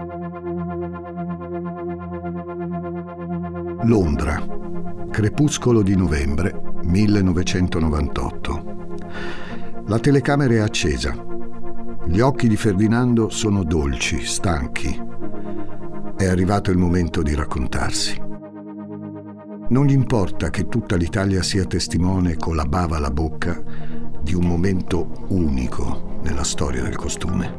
Londra, crepuscolo di novembre 1998. La telecamera è accesa. Gli occhi di Ferdinando sono dolci, stanchi. È arrivato il momento di raccontarsi. Non gli importa che tutta l'Italia sia testimone con la bava alla bocca di un momento unico nella storia del costume.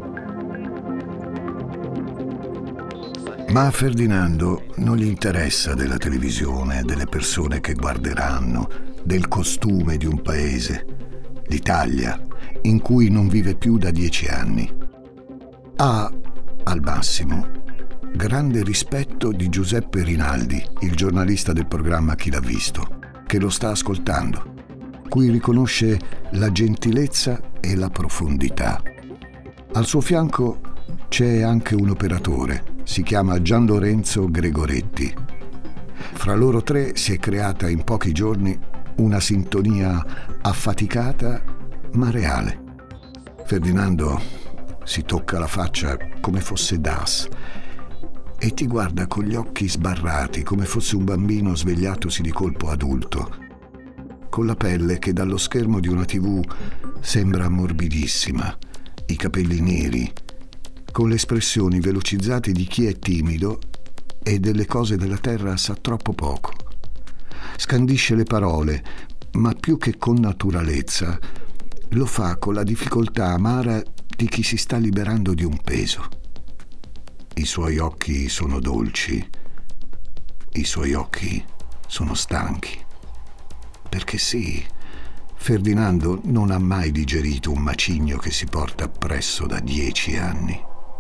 Ma a Ferdinando non gli interessa della televisione, delle persone che guarderanno, del costume di un paese, l'Italia, in cui non vive più da 10 anni. Ha, al massimo, grande rispetto di Giuseppe Rinaldi, il giornalista del programma Chi l'ha visto, che lo sta ascoltando, cui riconosce la gentilezza e la profondità. Al suo fianco c'è anche un operatore, si chiama Gianlorenzo Gregoretti. Fra loro tre si è creata in pochi giorni una sintonia affaticata ma reale. Ferdinando si tocca la faccia come fosse Das e ti guarda con gli occhi sbarrati come fosse un bambino svegliatosi di colpo adulto, con la pelle che dallo schermo di una TV sembra morbidissima, i capelli neri, con le espressioni velocizzate di chi è timido e delle cose della terra sa troppo poco. Scandisce le parole, ma più che con naturalezza, lo fa con la difficoltà amara di chi si sta liberando di un peso. I suoi occhi sono dolci, i suoi occhi sono stanchi. Perché sì, Ferdinando non ha mai digerito un macigno che si porta appresso da 10 anni.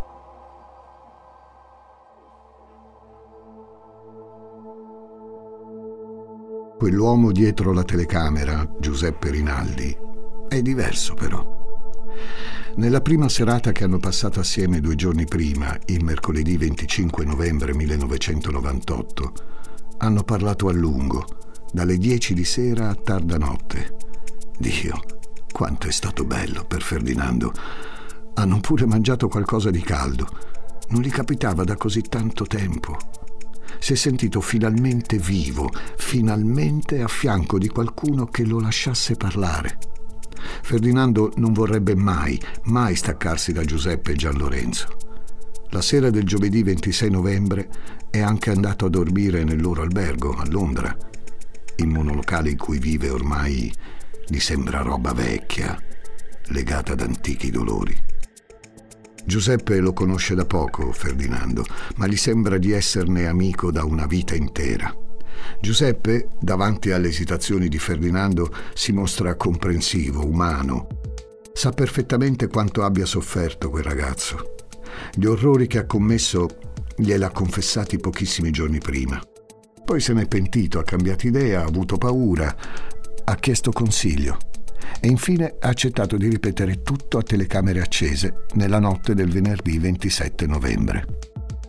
Quell'uomo dietro la telecamera, Giuseppe Rinaldi, è diverso però. Nella prima serata che hanno passato assieme 2 giorni prima, il mercoledì 25 novembre 1998, hanno parlato a lungo, dalle 10 di sera a tarda notte. Dio, quanto è stato bello per Ferdinando. Hanno pure mangiato qualcosa di caldo. Non gli capitava da così tanto tempo. Si è sentito finalmente vivo, finalmente a fianco di qualcuno che lo lasciasse parlare. Ferdinando non vorrebbe mai staccarsi da Giuseppe e Gianlorenzo. La sera del giovedì 26 novembre è anche andato a dormire nel loro albergo a Londra. Il monolocale in cui vive ormai gli sembra roba vecchia, legata ad antichi dolori. Giuseppe lo conosce da poco, Ferdinando, ma gli sembra di esserne amico da una vita intera. Giuseppe, davanti alle esitazioni di Ferdinando, si mostra comprensivo, umano. Sa perfettamente quanto abbia sofferto quel ragazzo. Gli orrori che ha commesso gliel'ha confessati pochissimi giorni prima. Poi se n'è pentito, ha cambiato idea, ha avuto paura, ha chiesto consiglio. E infine ha accettato di ripetere tutto a telecamere accese nella notte del venerdì 27 novembre.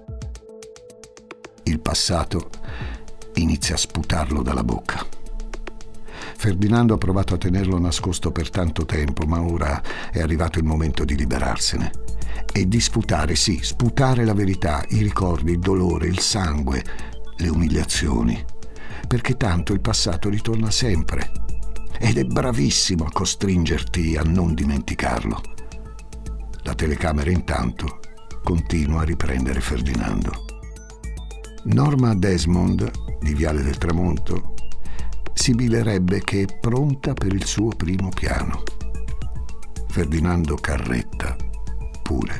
Il passato inizia a sputarlo dalla bocca. Ferdinando ha provato a tenerlo nascosto per tanto tempo, ma ora è arrivato il momento di liberarsene e di sputare, sì, sputare la verità, i ricordi, il dolore, il sangue, le umiliazioni, perché tanto il passato ritorna sempre. Ed è bravissimo a costringerti a non dimenticarlo. La telecamera intanto continua a riprendere Ferdinando. Norma Desmond, di Viale del Tramonto, sibilerebbe che è pronta per il suo primo piano. Ferdinando Carretta pure.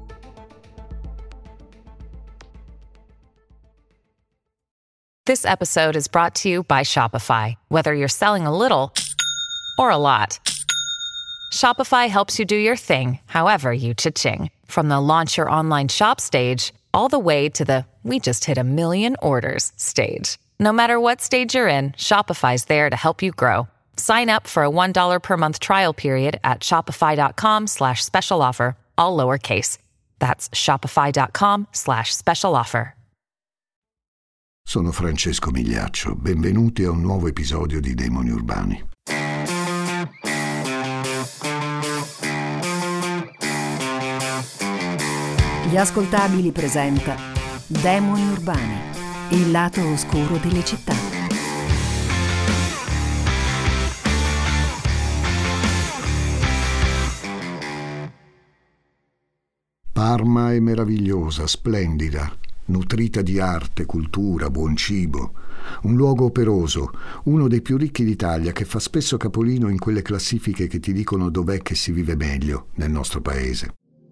This episode is brought to you by Shopify. Whether you're selling a little or a lot, Shopify helps you do your thing, however you cha-ching. From the launch your online shop stage, all the way to the we just hit 1 million orders stage. No matter what stage you're in, Shopify's there to help you grow. Sign up for a $1 per month trial period at shopify.com/special offer, all lowercase. That's shopify.com/special offer. Sono Francesco Migliaccio, benvenuti a un nuovo episodio di Demoni Urbani. Gli Gli Ascoltabili presenta Demoni Urbani, il lato oscuro delle città. Parma è meravigliosa, splendida, nutrita di arte, cultura, buon cibo. Un luogo operoso, uno dei più ricchi d'Italia, che fa spesso capolino in quelle classifiche che ti dicono dov'è che si vive meglio nel nostro paese.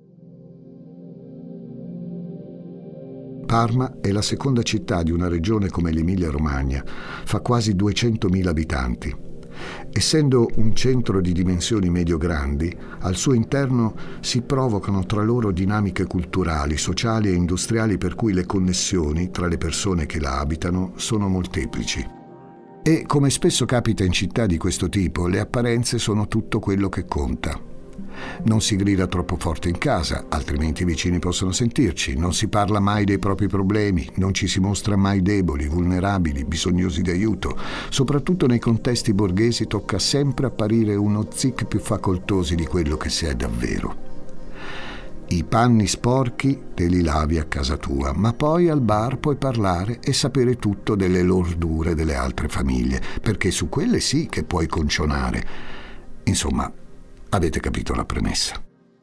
Parma è la seconda città di una regione come l'Emilia-Romagna, fa quasi 200.000 abitanti. Essendo un centro di dimensioni medio-grandi, al suo interno si provocano tra loro dinamiche culturali, sociali e industriali per cui le connessioni tra le persone che la abitano sono molteplici. E, come spesso capita in città di questo tipo, le apparenze sono tutto quello che conta. Non si grida troppo forte in casa, altrimenti i vicini possono sentirci. Non si parla mai dei propri problemi, non ci si mostra mai deboli, vulnerabili, bisognosi di aiuto. Soprattutto nei contesti borghesi tocca sempre apparire uno zic più facoltosi di quello che si è davvero. I panni sporchi te li lavi a casa tua, ma poi al bar puoi parlare e sapere tutto delle lordure delle altre famiglie, perché su quelle sì che puoi concionare. Insomma, avete capito la premessa.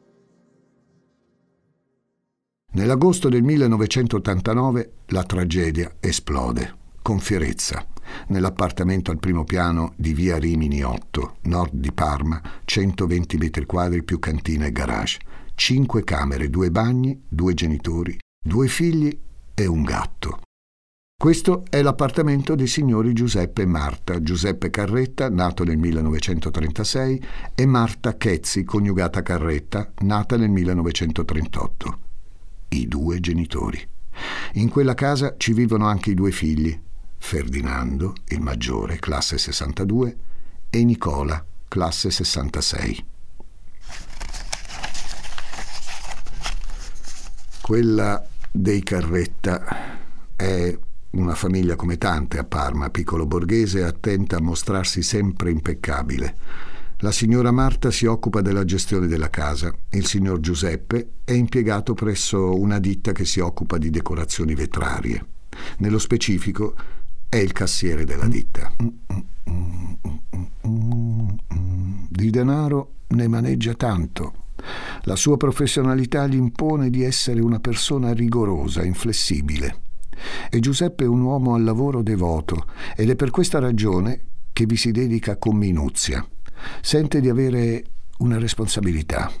Nell'agosto del 1989 la tragedia esplode, con fierezza, nell'appartamento al primo piano di via Rimini 8, nord di Parma, 120 metri quadri più cantina e garage, 5 camere, 2 bagni, 2 genitori, 2 figli e un gatto. Questo è l'appartamento dei signori Giuseppe e Marta, Giuseppe Carretta, nato nel 1936, e Marta Chezzi, coniugata Carretta, nata nel 1938. I 2 genitori. In quella casa ci vivono anche i 2 figli, Ferdinando, il maggiore, classe 62, e Nicola, classe 66. Quella dei Carretta è una famiglia come tante a Parma, piccolo borghese, attenta a mostrarsi sempre impeccabile. La signora Marta si occupa della gestione della casa. Il signor Giuseppe è impiegato presso una ditta che si occupa di decorazioni vetrarie. Nello specifico è il cassiere della ditta. Di denaro ne maneggia tanto. La sua professionalità gli impone di essere una persona rigorosa, inflessibile. E Giuseppe è un uomo al lavoro devoto ed è per questa ragione che vi si dedica con minuzia. Sente di avere una responsabilità.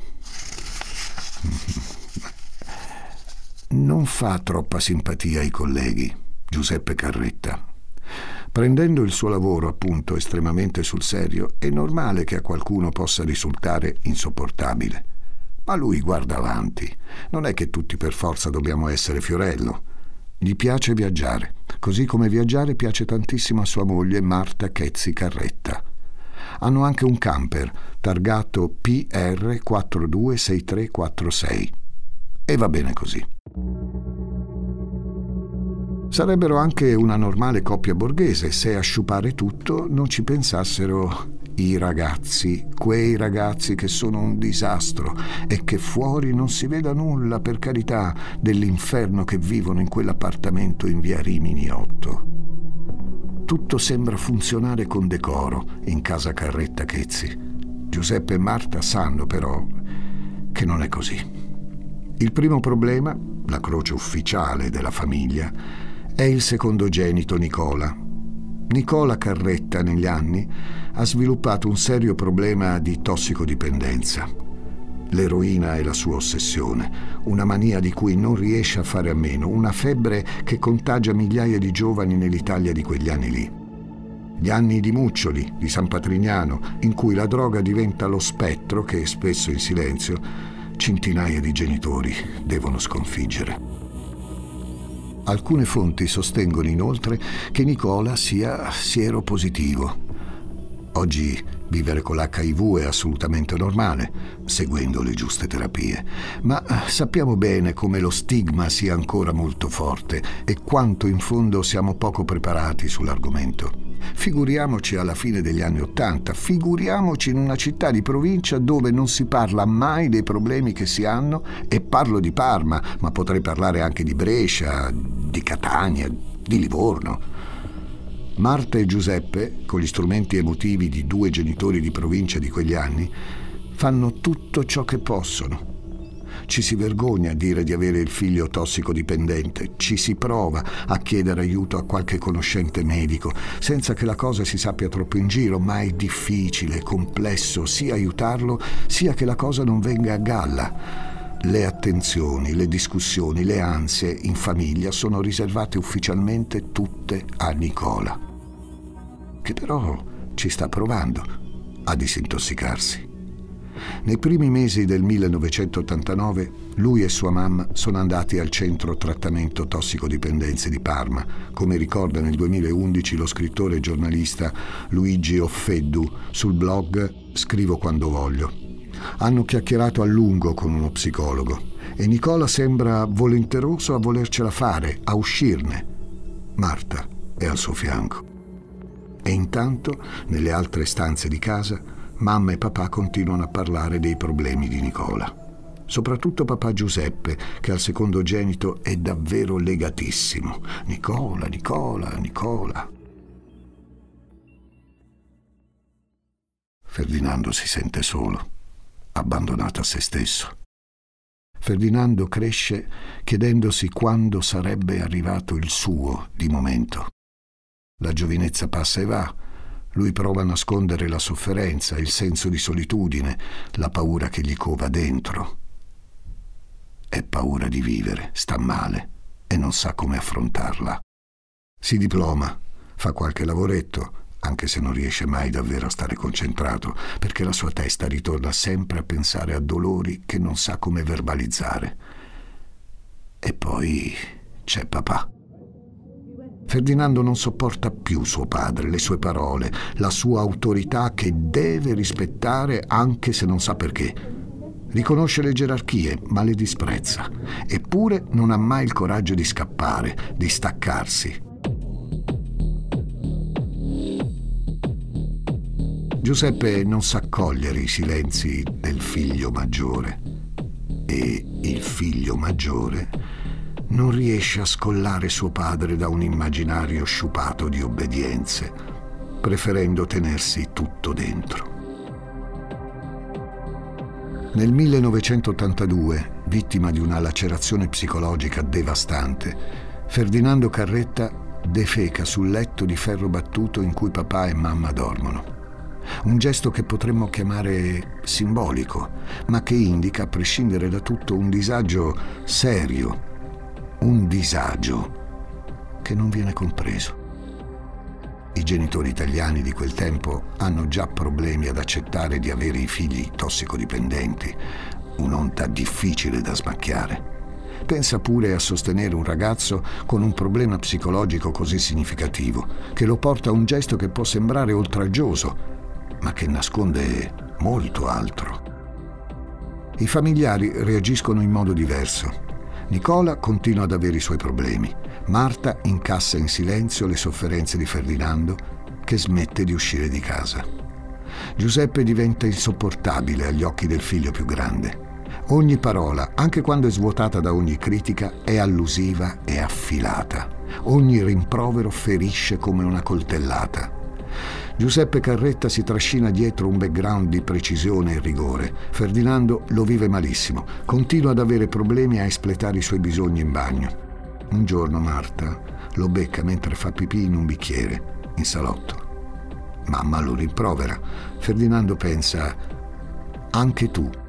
Non fa troppa simpatia ai colleghi, Giuseppe Carretta. Prendendo il suo lavoro, appunto, estremamente sul serio, è normale che a qualcuno possa risultare insopportabile. Ma lui guarda avanti. Non è che tutti per forza dobbiamo essere Fiorello. Gli piace viaggiare, così come viaggiare piace tantissimo a sua moglie Marta Chezzi Carretta. Hanno anche un camper targato PR 426346 e va bene così. Sarebbero anche una normale coppia borghese se a sciupare tutto non ci pensassero i ragazzi, quei ragazzi che sono un disastro e che fuori non si veda nulla, per carità, dell'inferno che vivono in quell'appartamento in via Rimini 8. Tutto sembra funzionare con decoro in casa Carretta Chezzi. Giuseppe e Marta sanno però che non è così. Il primo problema, la croce ufficiale della famiglia, è il secondogenito Nicola. Nicola Carretta negli anni ha sviluppato un serio problema di tossicodipendenza. L'eroina è la sua ossessione, una mania di cui non riesce a fare a meno, una febbre che contagia migliaia di giovani nell'Italia di quegli anni lì. Gli anni di Muccioli, di San Patrignano, in cui la droga diventa lo spettro che, spesso in silenzio, centinaia di genitori devono sconfiggere. Alcune fonti sostengono inoltre che Nicola sia sieropositivo. Oggi vivere con l'HIV è assolutamente normale, seguendo le giuste terapie, ma sappiamo bene come lo stigma sia ancora molto forte e quanto in fondo siamo poco preparati sull'argomento. Figuriamoci alla fine degli anni '80, figuriamoci in una città di provincia dove non si parla mai dei problemi che si hanno, e parlo di Parma, ma potrei parlare anche di Brescia, di Catania, di Livorno. Marta e Giuseppe, con gli strumenti emotivi di due genitori di provincia di quegli anni, fanno tutto ciò che possono. Ci si vergogna a dire di avere il figlio tossicodipendente, ci si prova a chiedere aiuto a qualche conoscente medico, senza che la cosa si sappia troppo in giro, ma è difficile, complesso, sia aiutarlo, sia che la cosa non venga a galla. Le attenzioni, le discussioni, le ansie in famiglia sono riservate ufficialmente tutte a Nicola, che però ci sta provando a disintossicarsi. Nei primi mesi del 1989 lui e sua mamma sono andati al centro trattamento tossicodipendenze di Parma, come ricorda nel 2011 lo scrittore e giornalista Luigi Offeddu sul blog Scrivo quando voglio. Hanno chiacchierato a lungo con uno psicologo e Nicola sembra volenteroso a volercela fare, a uscirne. Marta è al suo fianco. E intanto, nelle altre stanze di casa, mamma e papà continuano a parlare dei problemi di Nicola. Soprattutto papà Giuseppe, che al secondogenito è davvero legatissimo. Nicola, Nicola, Nicola. Ferdinando si sente solo, abbandonato a se stesso. Ferdinando cresce chiedendosi quando sarebbe arrivato il suo di momento. La giovinezza passa e va. Lui prova a nascondere la sofferenza, il senso di solitudine, la paura che gli cova dentro. È paura di vivere, sta male e non sa come affrontarla. Si diploma, fa qualche lavoretto, anche se non riesce mai davvero a stare concentrato, perché la sua testa ritorna sempre a pensare a dolori che non sa come verbalizzare. E poi c'è papà. Ferdinando non sopporta più suo padre, le sue parole, la sua autorità che deve rispettare anche se non sa perché. Riconosce le gerarchie, ma le disprezza. Eppure non ha mai il coraggio di scappare, di staccarsi. Giuseppe non sa cogliere i silenzi del figlio maggiore e il figlio maggiore non riesce a scollare suo padre da un immaginario sciupato di obbedienze, preferendo tenersi tutto dentro. Nel 1982, vittima di una lacerazione psicologica devastante, Ferdinando Carretta defeca sul letto di ferro battuto in cui papà e mamma dormono. Un gesto che potremmo chiamare simbolico, ma che indica, a prescindere da tutto, un disagio serio, un disagio che non viene compreso. I genitori italiani di quel tempo hanno già problemi ad accettare di avere i figli tossicodipendenti, un'onta difficile da smacchiare. Pensa pure a sostenere un ragazzo con un problema psicologico così significativo, che lo porta a un gesto che può sembrare oltraggioso, ma che nasconde molto altro. I familiari reagiscono in modo diverso. Nicola continua ad avere i suoi problemi. Marta incassa in silenzio le sofferenze di Ferdinando, che smette di uscire di casa. Giuseppe diventa insopportabile agli occhi del figlio più grande. Ogni parola, anche quando è svuotata da ogni critica, è allusiva e affilata. Ogni rimprovero ferisce come una coltellata. Giuseppe Carretta si trascina dietro un background di precisione e rigore. Ferdinando lo vive malissimo, continua ad avere problemi a espletare i suoi bisogni in bagno. Un giorno Marta lo becca mentre fa pipì in un bicchiere, in salotto. Mamma lo rimprovera. Ferdinando pensa: anche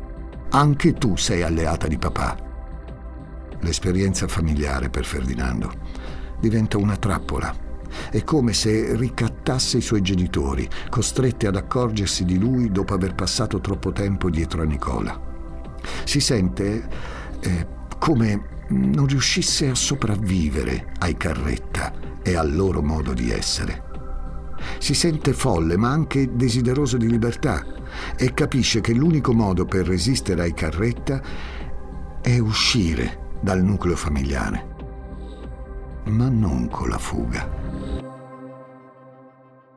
tu sei alleata di papà. L'esperienza familiare per Ferdinando diventa una trappola. È come se ricattasse i suoi genitori, costretti ad accorgersi di lui dopo aver passato troppo tempo dietro a Nicola. Si sente come non riuscisse a sopravvivere ai Carretta e al loro modo di essere. Si sente folle, ma anche desideroso di libertà, e capisce che l'unico modo per resistere ai Carretta è uscire dal nucleo familiare, ma non con la fuga.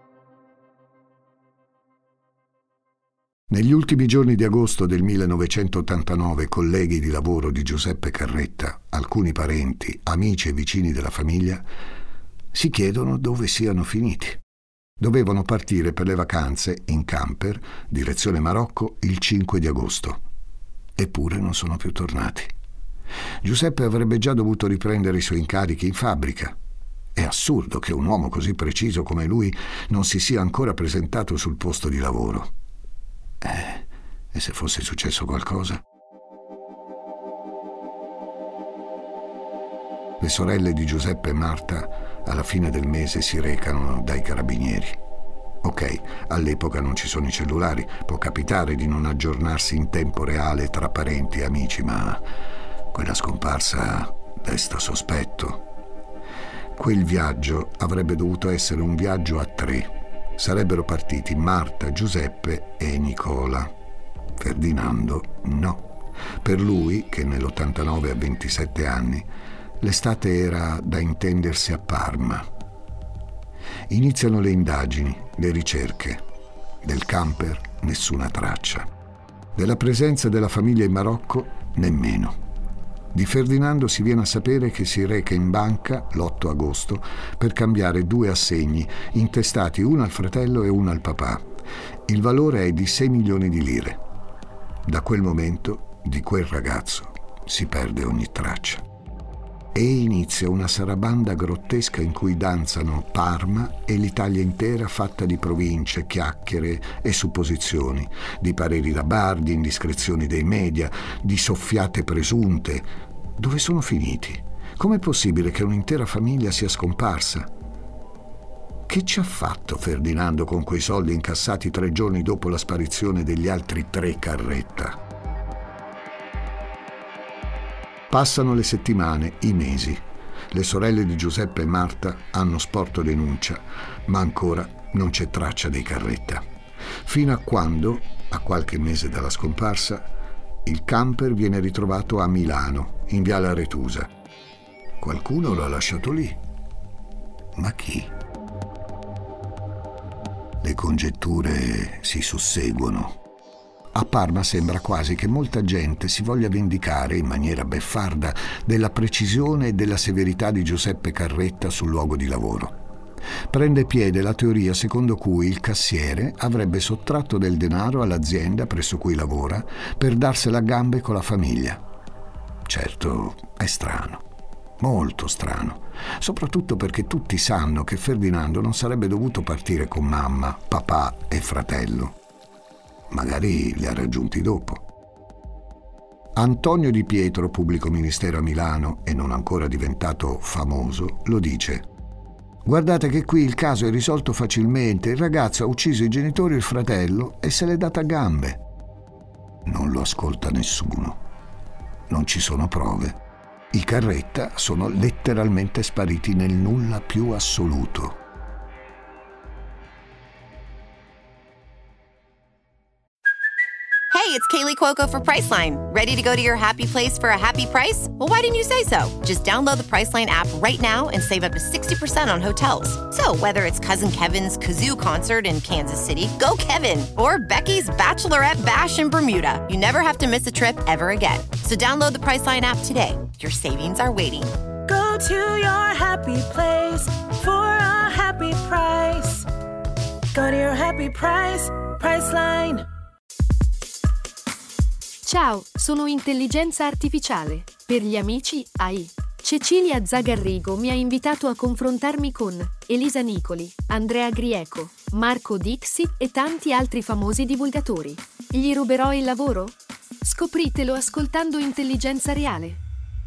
Negli ultimi giorni di agosto del 1989, colleghi di lavoro di Giuseppe Carretta, alcuni parenti, amici e vicini della famiglia, si chiedono dove siano finiti. Dovevano partire per le vacanze in camper, direzione Marocco, il 5 di agosto. Eppure non sono più tornati. Giuseppe avrebbe già dovuto riprendere i suoi incarichi in fabbrica. È assurdo che un uomo così preciso come lui non si sia ancora presentato sul posto di lavoro. E se fosse successo qualcosa? Le sorelle di Giuseppe e Marta alla fine del mese si recano dai carabinieri. Ok, all'epoca non ci sono i cellulari, può capitare di non aggiornarsi in tempo reale tra parenti e amici, ma quella scomparsa desta sospetto. Quel viaggio avrebbe dovuto essere un viaggio a 3. Sarebbero partiti Marta, Giuseppe e Nicola. Ferdinando no. Per lui, che nell'89 ha 27 anni, l'estate era da intendersi a Parma. Iniziano le indagini, le ricerche. Del camper nessuna traccia. Della presenza della famiglia in Marocco nemmeno. Di Ferdinando si viene a sapere che si reca in banca l'8 agosto per cambiare 2 assegni intestati uno al fratello e uno al papà. Il valore è di 6 milioni di lire. Da quel momento, di quel ragazzo, si perde ogni traccia. E inizia una sarabanda grottesca in cui danzano Parma e l'Italia intera fatta di province, chiacchiere e supposizioni, di pareri da bar, di indiscrezioni dei media, di soffiate presunte. Dove sono finiti? Com'è possibile che un'intera famiglia sia scomparsa? Che ci ha fatto Ferdinando con quei soldi incassati 3 giorni dopo la sparizione degli altri 3 Carretta? Passano le settimane, i mesi. Le sorelle di Giuseppe e Marta hanno sporto denuncia, ma ancora non c'è traccia dei Carretta. Fino a quando, a qualche mese dalla scomparsa, il camper viene ritrovato a Milano, in Viale Aretusa. Qualcuno l'ha lasciato lì. Ma chi? Le congetture si susseguono. A Parma sembra quasi che molta gente si voglia vendicare in maniera beffarda della precisione e della severità di Giuseppe Carretta sul luogo di lavoro. Prende piede la teoria secondo cui il cassiere avrebbe sottratto del denaro all'azienda presso cui lavora per darsela a gambe con la famiglia. Certo, è strano, molto strano, soprattutto perché tutti sanno che Ferdinando non sarebbe dovuto partire con mamma, papà e fratello. Magari li ha raggiunti dopo. Antonio Di Pietro, pubblico ministero a Milano e non ancora diventato famoso, lo dice: guardate che qui il caso è risolto facilmente, il ragazzo ha ucciso i genitori e il fratello e se l'è data a gambe. Non lo ascolta nessuno. Non ci sono prove. I Carretta sono letteralmente spariti nel nulla più assoluto. Hey, it's Kaylee Cuoco for Priceline. Ready to go to your happy place for a happy price? Well, why didn't you say so? Just download the Priceline app right now and save up to 60% on hotels. So whether it's Cousin Kevin's Kazoo Concert in Kansas City, go Kevin, or Becky's Bachelorette Bash in Bermuda, you never have to miss a trip ever again. So download the Priceline app today. Your savings are waiting. Go to your happy place for a happy price. Go to your happy price, Priceline. Ciao, sono Intelligenza Artificiale. Per gli amici, AI. Cecilia Zagarrigo mi ha invitato a confrontarmi con Elisa Nicoli, Andrea Grieco, Marco Dixit e tanti altri famosi divulgatori. Gli ruberò il lavoro? Scopritelo ascoltando Intelligenza Reale.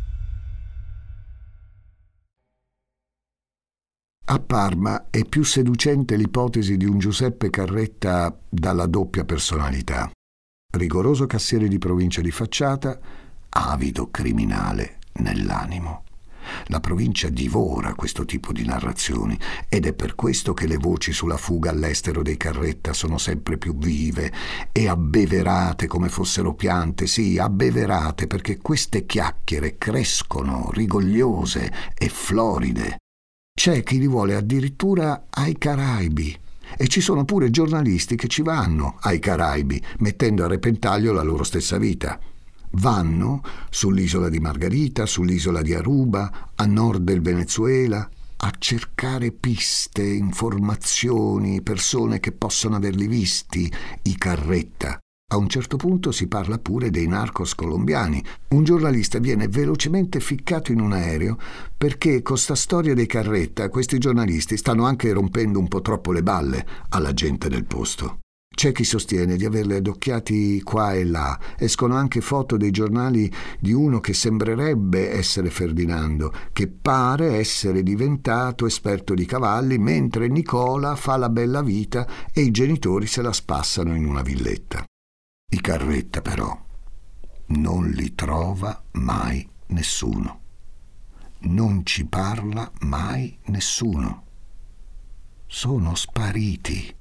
A Parma è più seducente l'ipotesi di un Giuseppe Carretta dalla doppia personalità. Rigoroso cassiere di provincia di facciata, avido criminale nell'animo. La provincia divora questo tipo di narrazioni ed è per questo che le voci sulla fuga all'estero dei Carretta sono sempre più vive e abbeverate come fossero piante, sì, abbeverate perché queste chiacchiere crescono rigogliose e floride. C'è chi li vuole addirittura ai Caraibi. E ci sono pure giornalisti che ci vanno ai Caraibi, mettendo a repentaglio la loro stessa vita. Vanno sull'isola di Margarita, sull'isola di Aruba, a nord del Venezuela, a cercare piste, informazioni, persone che possano averli visti, i Carretta. A un certo punto si parla pure dei narcos colombiani. Un giornalista viene velocemente ficcato in un aereo perché con sta storia dei Carretta questi giornalisti stanno anche rompendo un po' troppo le balle alla gente del posto. C'è chi sostiene di averli adocchiati qua e là. Escono anche foto dei giornali di uno che sembrerebbe essere Ferdinando, che pare essere diventato esperto di cavalli, mentre Nicola fa la bella vita e i genitori se la spassano in una villetta. I Carretta però non li trova mai nessuno. Non ci parla mai nessuno. Sono spariti.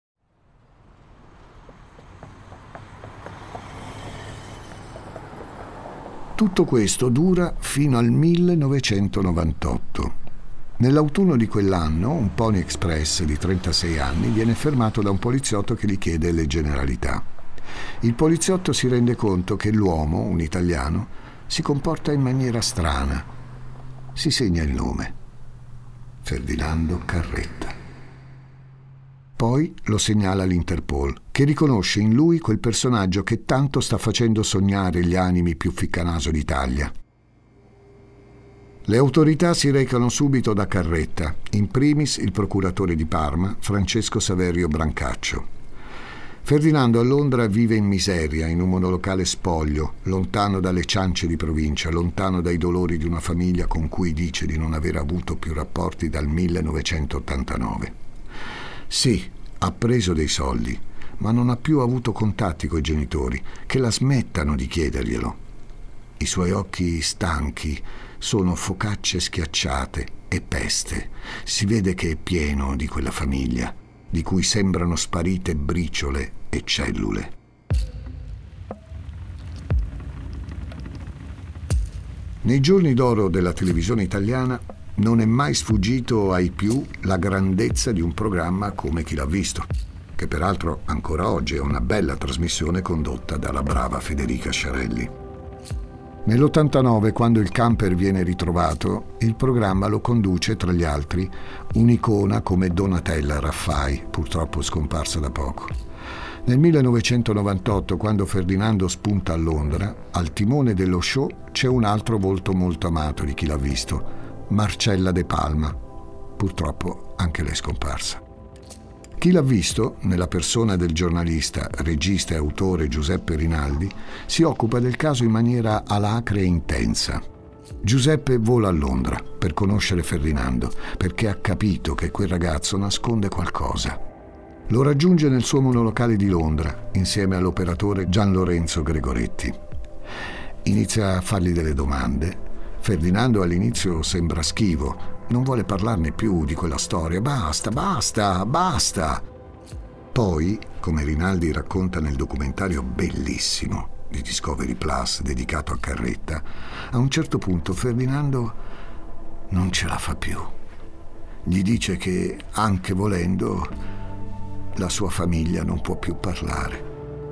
Tutto questo dura fino al 1998. Nell'autunno di quell'anno un Pony Express di 36 anni viene fermato da un poliziotto che gli chiede le generalità. Il poliziotto si rende conto che l'uomo, un italiano, si comporta in maniera strana. Si segna il nome: Ferdinando Carretta. Poi lo segnala l'Interpol, che riconosce in lui quel personaggio che tanto sta facendo sognare gli animi più ficcanaso d'Italia. Le autorità si recano subito da Carretta, in primis il procuratore di Parma, Francesco Saverio Brancaccio. Ferdinando a Londra vive in miseria, in un monolocale spoglio, lontano dalle ciance di provincia, lontano dai dolori di una famiglia con cui dice di non aver avuto più rapporti dal 1989. Sì, ha preso dei soldi, ma non ha più avuto contatti coi genitori, che la smettano di chiederglielo. I suoi occhi stanchi sono focacce schiacciate e peste. Si vede che è pieno di quella famiglia, di cui sembrano sparite briciole e cellule. Nei giorni d'oro della televisione italiana non è mai sfuggito ai più la grandezza di un programma come Chi l'ha visto, che peraltro ancora oggi è una bella trasmissione condotta dalla brava Federica Sciarelli. Nell'89, quando il camper viene ritrovato, il programma lo conduce, tra gli altri, un'icona come Donatella Raffai, purtroppo scomparsa da poco. Nel 1998, quando Ferdinando spunta a Londra, al timone dello show c'è un altro volto molto amato di Chi l'ha visto, Marcella De Palma. Purtroppo anche lei è scomparsa. Chi l'ha visto, nella persona del giornalista, regista e autore Giuseppe Rinaldi, si occupa del caso in maniera alacre e intensa. Giuseppe vola a Londra per conoscere Ferdinando, perché ha capito che quel ragazzo nasconde qualcosa. Lo raggiunge nel suo monolocale di Londra, insieme all'operatore Gian Lorenzo Gregoretti. Inizia a fargli delle domande. Ferdinando all'inizio sembra schivo, non vuole parlarne più di quella storia. Basta. Poi, come Rinaldi racconta nel documentario bellissimo di Discovery Plus dedicato a Carretta, a un certo punto Ferdinando non ce la fa più. Gli dice che, anche volendo, la sua famiglia non può più parlare.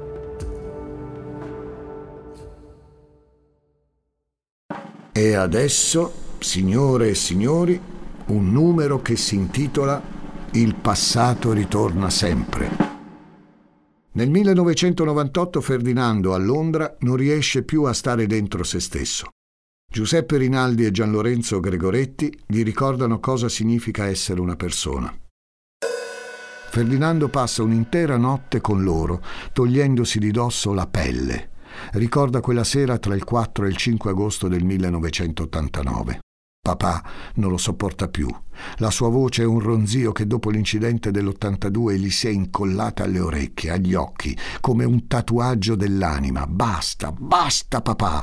E adesso, signore e signori, un numero che si intitola Il passato ritorna sempre. Nel 1998 Ferdinando a Londra non riesce più a stare dentro se stesso. Giuseppe Rinaldi e Gian Lorenzo Gregoretti gli ricordano cosa significa essere una persona. Ferdinando passa un'intera notte con loro, togliendosi di dosso la pelle. Ricorda quella sera tra il 4 e il 5 agosto del 1989. Papà non lo sopporta più. La sua voce è un ronzio che dopo l'incidente dell'82 gli si è incollata alle orecchie, agli occhi, come un tatuaggio dell'anima. Basta papà.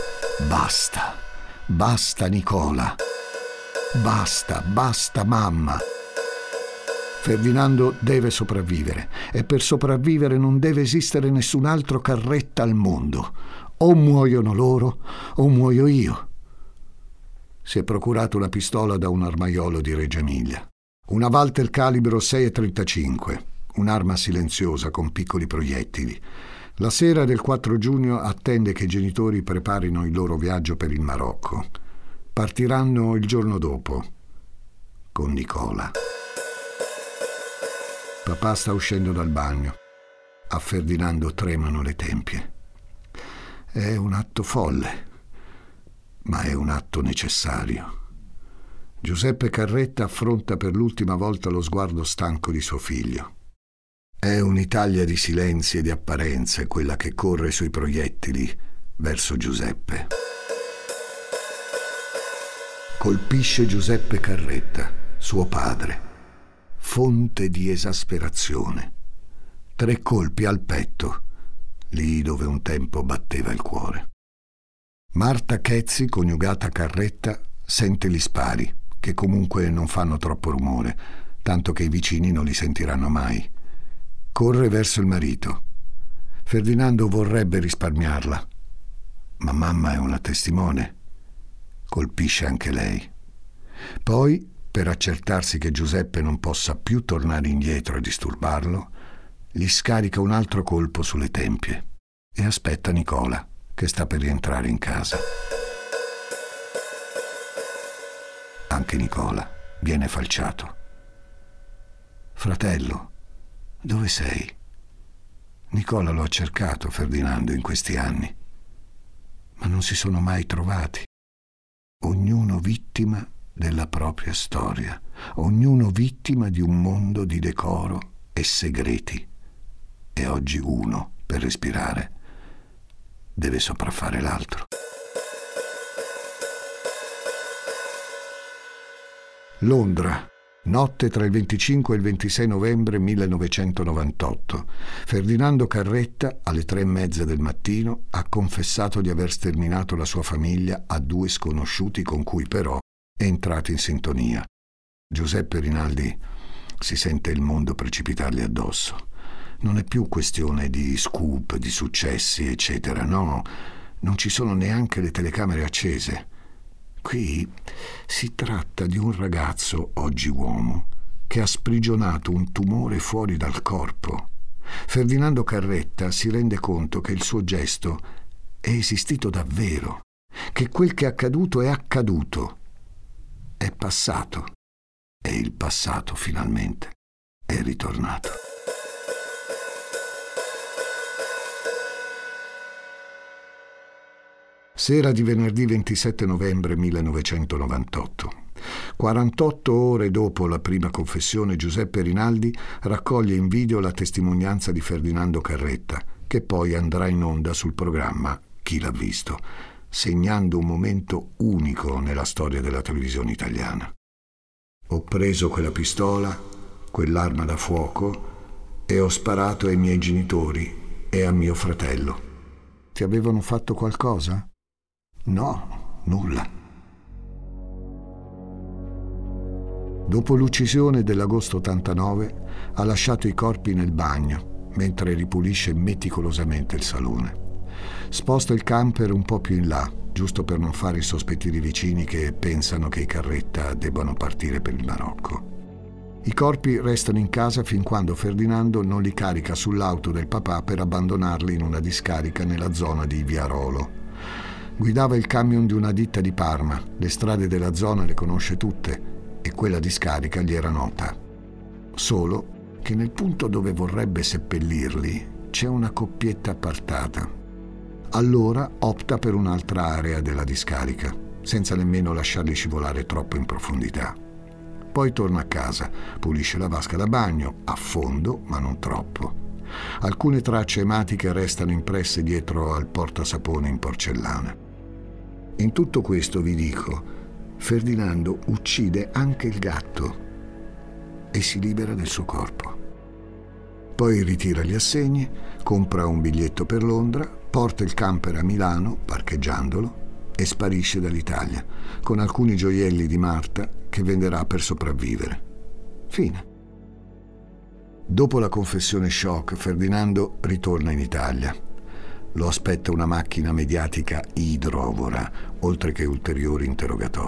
Basta Nicola. Basta mamma. Ferdinando deve sopravvivere e per sopravvivere non deve esistere nessun altro Carretta al mondo. O muoiono loro o muoio io. Si è procurato una pistola da un armaiolo di Reggio Emilia. Una Walter calibro 6,35, un'arma silenziosa con piccoli proiettili. La sera del 4 giugno attende che i genitori preparino il loro viaggio per il Marocco. Partiranno il giorno dopo, con Nicola. Papà sta uscendo dal bagno. A Ferdinando tremano le tempie. È un atto folle, ma è un atto necessario. Giuseppe Carretta affronta per l'ultima volta lo sguardo stanco di suo figlio. È un'Italia di silenzi e di apparenze quella che corre sui proiettili verso Giuseppe. Colpisce Giuseppe Carretta, suo padre, fonte di esasperazione. 3 colpi al petto, lì dove un tempo batteva il cuore. Marta Chezzi, coniugata Carretta, sente gli spari, che comunque non fanno troppo rumore, tanto che i vicini non li sentiranno mai. Corre verso il marito. Ferdinando vorrebbe risparmiarla, ma mamma è una testimone. Colpisce anche lei. Poi, per accertarsi che Giuseppe non possa più tornare indietro e disturbarlo, gli scarica un altro colpo sulle tempie e aspetta Nicola, che sta per rientrare in casa. Anche Nicola viene falciato. Fratello, dove sei? Nicola lo ha cercato Ferdinando in questi anni, ma non si sono mai trovati. Ognuno vittima della propria storia, ognuno vittima di un mondo di decoro e segreti. E oggi uno, per respirare, deve sopraffare l'altro. Londra, notte tra il 25 e il 26 novembre 1998. Ferdinando Carretta, alle 3:30 del mattino, ha confessato di aver sterminato la sua famiglia a 2 sconosciuti con cui però è entrato in sintonia. Giuseppe Rinaldi si sente il mondo precipitargli addosso. Non è più questione di scoop, di successi, eccetera. No, non ci sono neanche le telecamere accese. Qui si tratta di un ragazzo, oggi uomo, che ha sprigionato un tumore fuori dal corpo. Ferdinando Carretta si rende conto che il suo gesto è esistito davvero, che quel che è accaduto, è passato, e il passato finalmente è ritornato. Sera di venerdì 27 novembre 1998. 48 ore dopo la prima confessione, Giuseppe Rinaldi raccoglie in video la testimonianza di Ferdinando Carretta, che poi andrà in onda sul programma Chi l'ha visto, segnando un momento unico nella storia della televisione italiana. Ho preso quella pistola, quell'arma da fuoco, e ho sparato ai miei genitori e a mio fratello. Ti avevano fatto qualcosa? No, nulla. Dopo l'uccisione dell'agosto 89 ha lasciato i corpi nel bagno mentre ripulisce meticolosamente il salone. Sposta il camper un po' più in là, giusto per non fare insospettire i vicini che pensano che i Carretta debbano partire per il Marocco. I corpi restano in casa fin quando Ferdinando non li carica sull'auto del papà per abbandonarli in una discarica nella zona di Viarolo. Guidava il camion di una ditta di Parma, le strade della zona le conosce tutte e quella discarica gli era nota. Solo che nel punto dove vorrebbe seppellirli c'è una coppietta appartata. Allora opta per un'altra area della discarica, senza nemmeno lasciarli scivolare troppo in profondità. Poi torna a casa, pulisce la vasca da bagno, a fondo, ma non troppo. Alcune tracce ematiche restano impresse dietro al portasapone in porcellana. In tutto questo, vi dico, Ferdinando uccide anche il gatto e si libera del suo corpo. Poi ritira gli assegni, compra un biglietto per Londra, porta il camper a Milano, parcheggiandolo, e sparisce dall'Italia, con alcuni gioielli di Marta che venderà per sopravvivere. Fine. Dopo la confessione shock, Ferdinando ritorna in Italia. Lo aspetta una macchina mediatica idrovora, oltre che ulteriori interrogatori.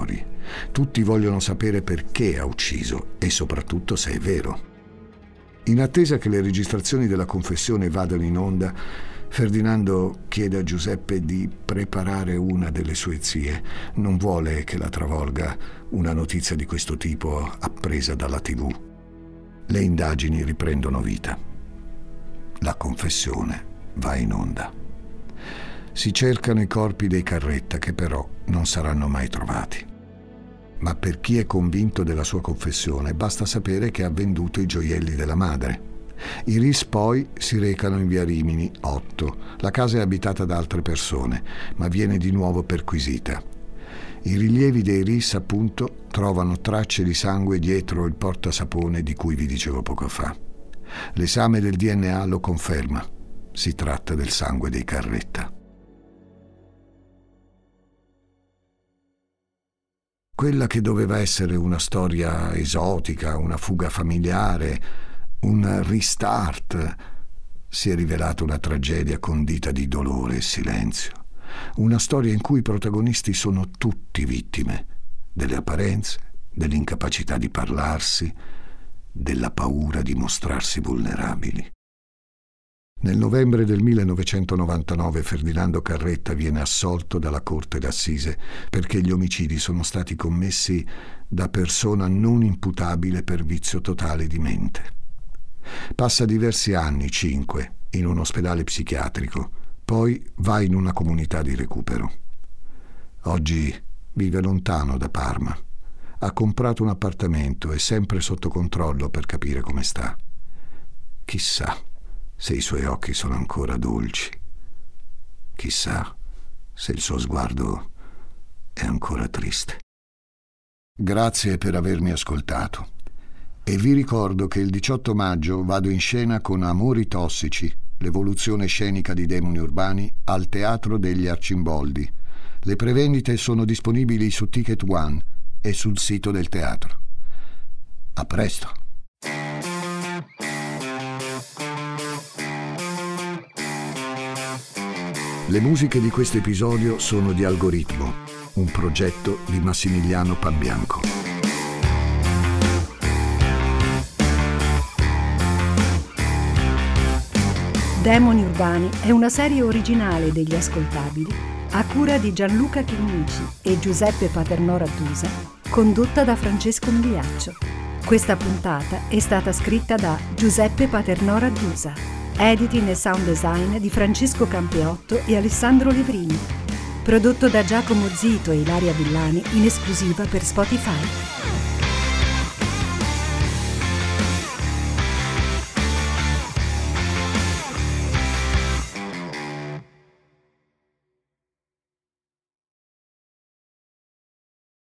Tutti vogliono sapere perché ha ucciso e soprattutto se è vero. In attesa che le registrazioni della confessione vadano in onda, Ferdinando chiede a Giuseppe di preparare una delle sue zie. Non vuole che la travolga una notizia di questo tipo appresa dalla TV. Le indagini riprendono vita. La confessione va in onda. Si cercano i corpi dei Carretta, che però non saranno mai trovati. Ma per chi è convinto della sua confessione basta sapere che ha venduto i gioielli della madre. I Ris poi si recano in via Rimini 8. La casa è abitata da altre persone, ma viene di nuovo perquisita. I rilievi dei Ris, appunto, trovano tracce di sangue dietro il portasapone di cui vi dicevo poco fa. L'esame del DNA lo conferma. Si tratta del sangue dei Carretta. Quella che doveva essere una storia esotica, una fuga familiare, un restart, si è rivelata una tragedia condita di dolore e silenzio. Una storia in cui i protagonisti sono tutti vittime delle apparenze, dell'incapacità di parlarsi, della paura di mostrarsi vulnerabili. Nel novembre del 1999 Ferdinando Carretta viene assolto dalla Corte d'Assise perché gli omicidi sono stati commessi da persona non imputabile per vizio totale di mente. Passa diversi anni, 5, in un ospedale psichiatrico, poi va in una comunità di recupero. Oggi vive lontano da Parma. Ha comprato un appartamento, è sempre sotto controllo per capire come sta. Chissà se i suoi occhi sono ancora dolci. Chissà se il suo sguardo è ancora triste. Grazie per avermi ascoltato. E vi ricordo che il 18 maggio vado in scena con Amori tossici, l'evoluzione scenica di Demoni Urbani, al Teatro degli Arcimboldi. Le prevendite sono disponibili su Ticket One e sul sito del teatro. A presto! Le musiche di questo episodio sono di Algoritmo, un progetto di Massimiliano Pambianco. Demoni Urbani è una serie originale degli Ascoltabili a cura di Gianluca Chinnici e Giuseppe Paternò Rattusa, condotta da Francesco Migliaccio. Questa puntata è stata scritta da Giuseppe Paternò Rattusa, editing e sound design di Francesco Campeotto e Alessandro Levrini, prodotto da Giacomo Zito e Ilaria Villani in esclusiva per Spotify.